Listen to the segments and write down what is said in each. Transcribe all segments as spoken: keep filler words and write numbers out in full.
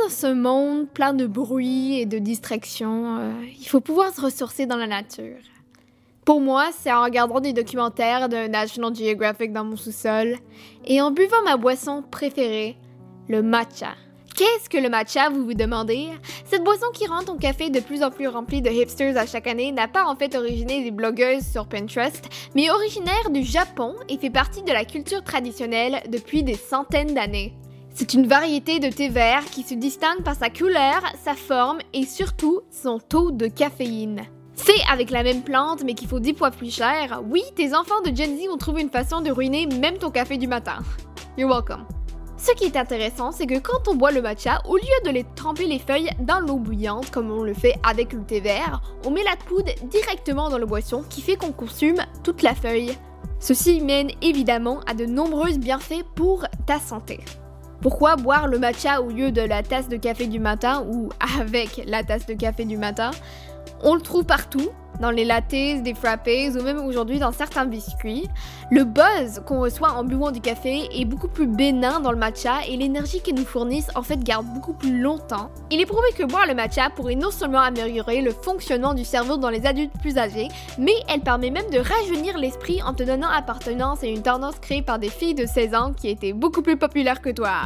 dans ce monde plein de bruit et de distractions, euh, il faut pouvoir se ressourcer dans la nature. Pour moi, c'est en regardant des documentaires de National Geographic dans mon sous-sol et en buvant ma boisson préférée, le matcha. Qu'est-ce que le matcha, vous vous demandez? Cette boisson qui rend ton café de plus en plus rempli de hipsters à chaque année n'a pas en fait originé des blogueuses sur Pinterest, mais est originaire du Japon et fait partie de la culture traditionnelle depuis des centaines d'années. C'est une variété de thé vert qui se distingue par sa couleur, sa forme et surtout son taux de caféine. Fait avec la même plante mais qui faut dix fois plus cher, oui, tes enfants de Gen Z ont trouvé une façon de ruiner même ton café du matin. You're welcome. Ce qui est intéressant, c'est que quand on boit le matcha, au lieu de les tremper les feuilles dans l'eau bouillante comme on le fait avec le thé vert, on met la poudre directement dans la boisson qui fait qu'on consomme toute la feuille. Ceci mène évidemment à de nombreux bienfaits pour ta santé. Pourquoi boire le matcha au lieu de la tasse de café du matin ou avec la tasse de café du matin? On le trouve partout, dans les lattes, des frappés ou même aujourd'hui dans certains biscuits. Le buzz qu'on reçoit en buvant du café est beaucoup plus bénin dans le matcha et l'énergie qu'il nous fournissent en fait garde beaucoup plus longtemps. Il est prouvé que boire le matcha pourrait non seulement améliorer le fonctionnement du cerveau dans les adultes plus âgés, mais elle permet même de rajeunir l'esprit en te donnant appartenance à une tendance créée par des filles de seize ans qui étaient beaucoup plus populaires que toi.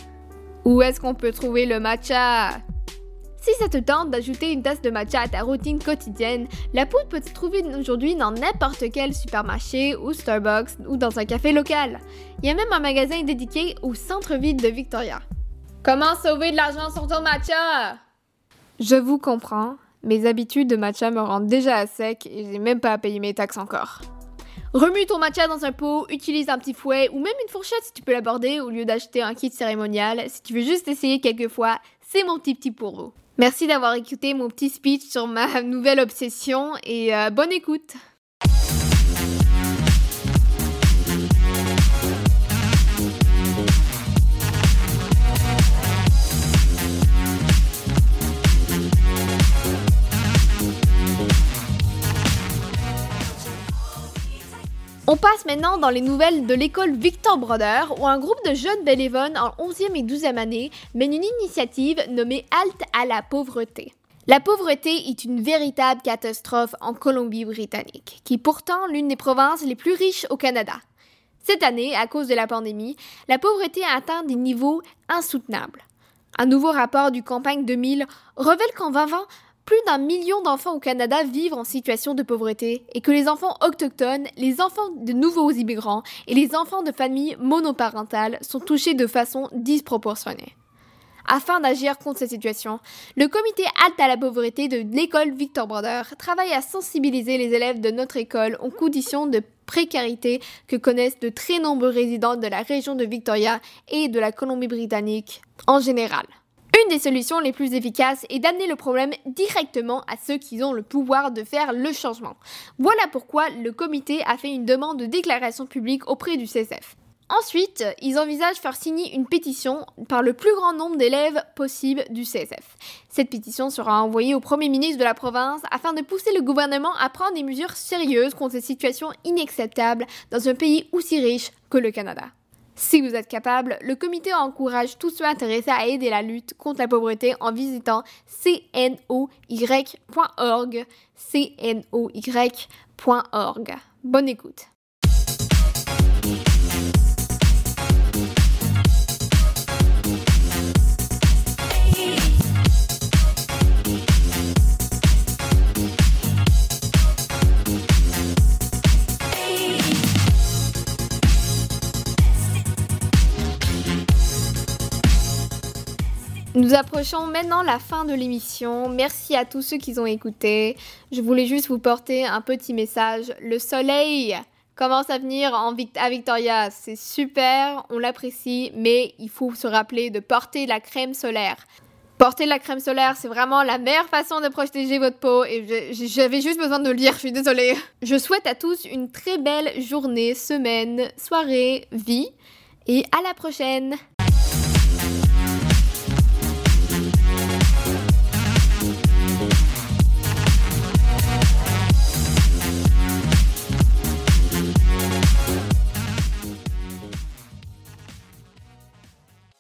Où est-ce qu'on peut trouver le matcha? Si ça te tente d'ajouter une tasse de matcha à ta routine quotidienne, la poudre peut se trouver aujourd'hui dans n'importe quel supermarché ou Starbucks ou dans un café local. Il y a même un magasin dédié au centre-ville de Victoria. Comment sauver de l'argent sur ton matcha? Je vous comprends, mes habitudes de matcha me rendent déjà à sec et j'ai même pas à payer mes taxes encore. Remue ton matcha dans un pot, utilise un petit fouet ou même une fourchette si tu peux l'aborder au lieu d'acheter un kit cérémonial. Si tu veux juste essayer quelques fois, c'est mon petit tip pour vous. Merci d'avoir écouté mon petit speech sur ma nouvelle obsession et euh, bonne écoute! On passe maintenant dans les nouvelles de l'école Victor Brodeur, où un groupe de jeunes bénévoles en onzième et douzième année mène une initiative nommée Halte à la pauvreté. La pauvreté est une véritable catastrophe en Colombie-Britannique, qui est pourtant l'une des provinces les plus riches au Canada. Cette année, à cause de la pandémie, la pauvreté a atteint des niveaux insoutenables. Un nouveau rapport du Campagne deux mille révèle qu'en vingt vingt, plus d'un million d'enfants au Canada vivent en situation de pauvreté et que les enfants autochtones, les enfants de nouveaux immigrants et les enfants de familles monoparentales sont touchés de façon disproportionnée. Afin d'agir contre cette situation, le comité Halte à la pauvreté de l'école Victor Brodeur travaille à sensibiliser les élèves de notre école aux conditions de précarité que connaissent de très nombreux résidents de la région de Victoria et de la Colombie-Britannique en général. Une des solutions les plus efficaces est d'amener le problème directement à ceux qui ont le pouvoir de faire le changement. Voilà pourquoi le comité a fait une demande de déclaration publique auprès du C S F. Ensuite, ils envisagent faire signer une pétition par le plus grand nombre d'élèves possible du C S F. Cette pétition sera envoyée au Premier ministre de la province afin de pousser le gouvernement à prendre des mesures sérieuses contre cette situation inacceptable dans un pays aussi riche que le Canada. Si vous êtes capable, le comité encourage tous ceux intéressés à aider la lutte contre la pauvreté en visitant c n o y point org, c n o y point org. Bonne écoute. Nous approchons maintenant la fin de l'émission. Merci à tous ceux qui ont écouté. Je voulais juste vous porter un petit message. Le soleil commence à venir en Vict- à Victoria. C'est super, on l'apprécie, mais il faut se rappeler de porter la crème solaire. Porter la crème solaire, c'est vraiment la meilleure façon de protéger votre peau et je, j'avais juste besoin de le lire, je suis désolée. Je souhaite à tous une très belle journée, semaine, soirée, vie et à la prochaine.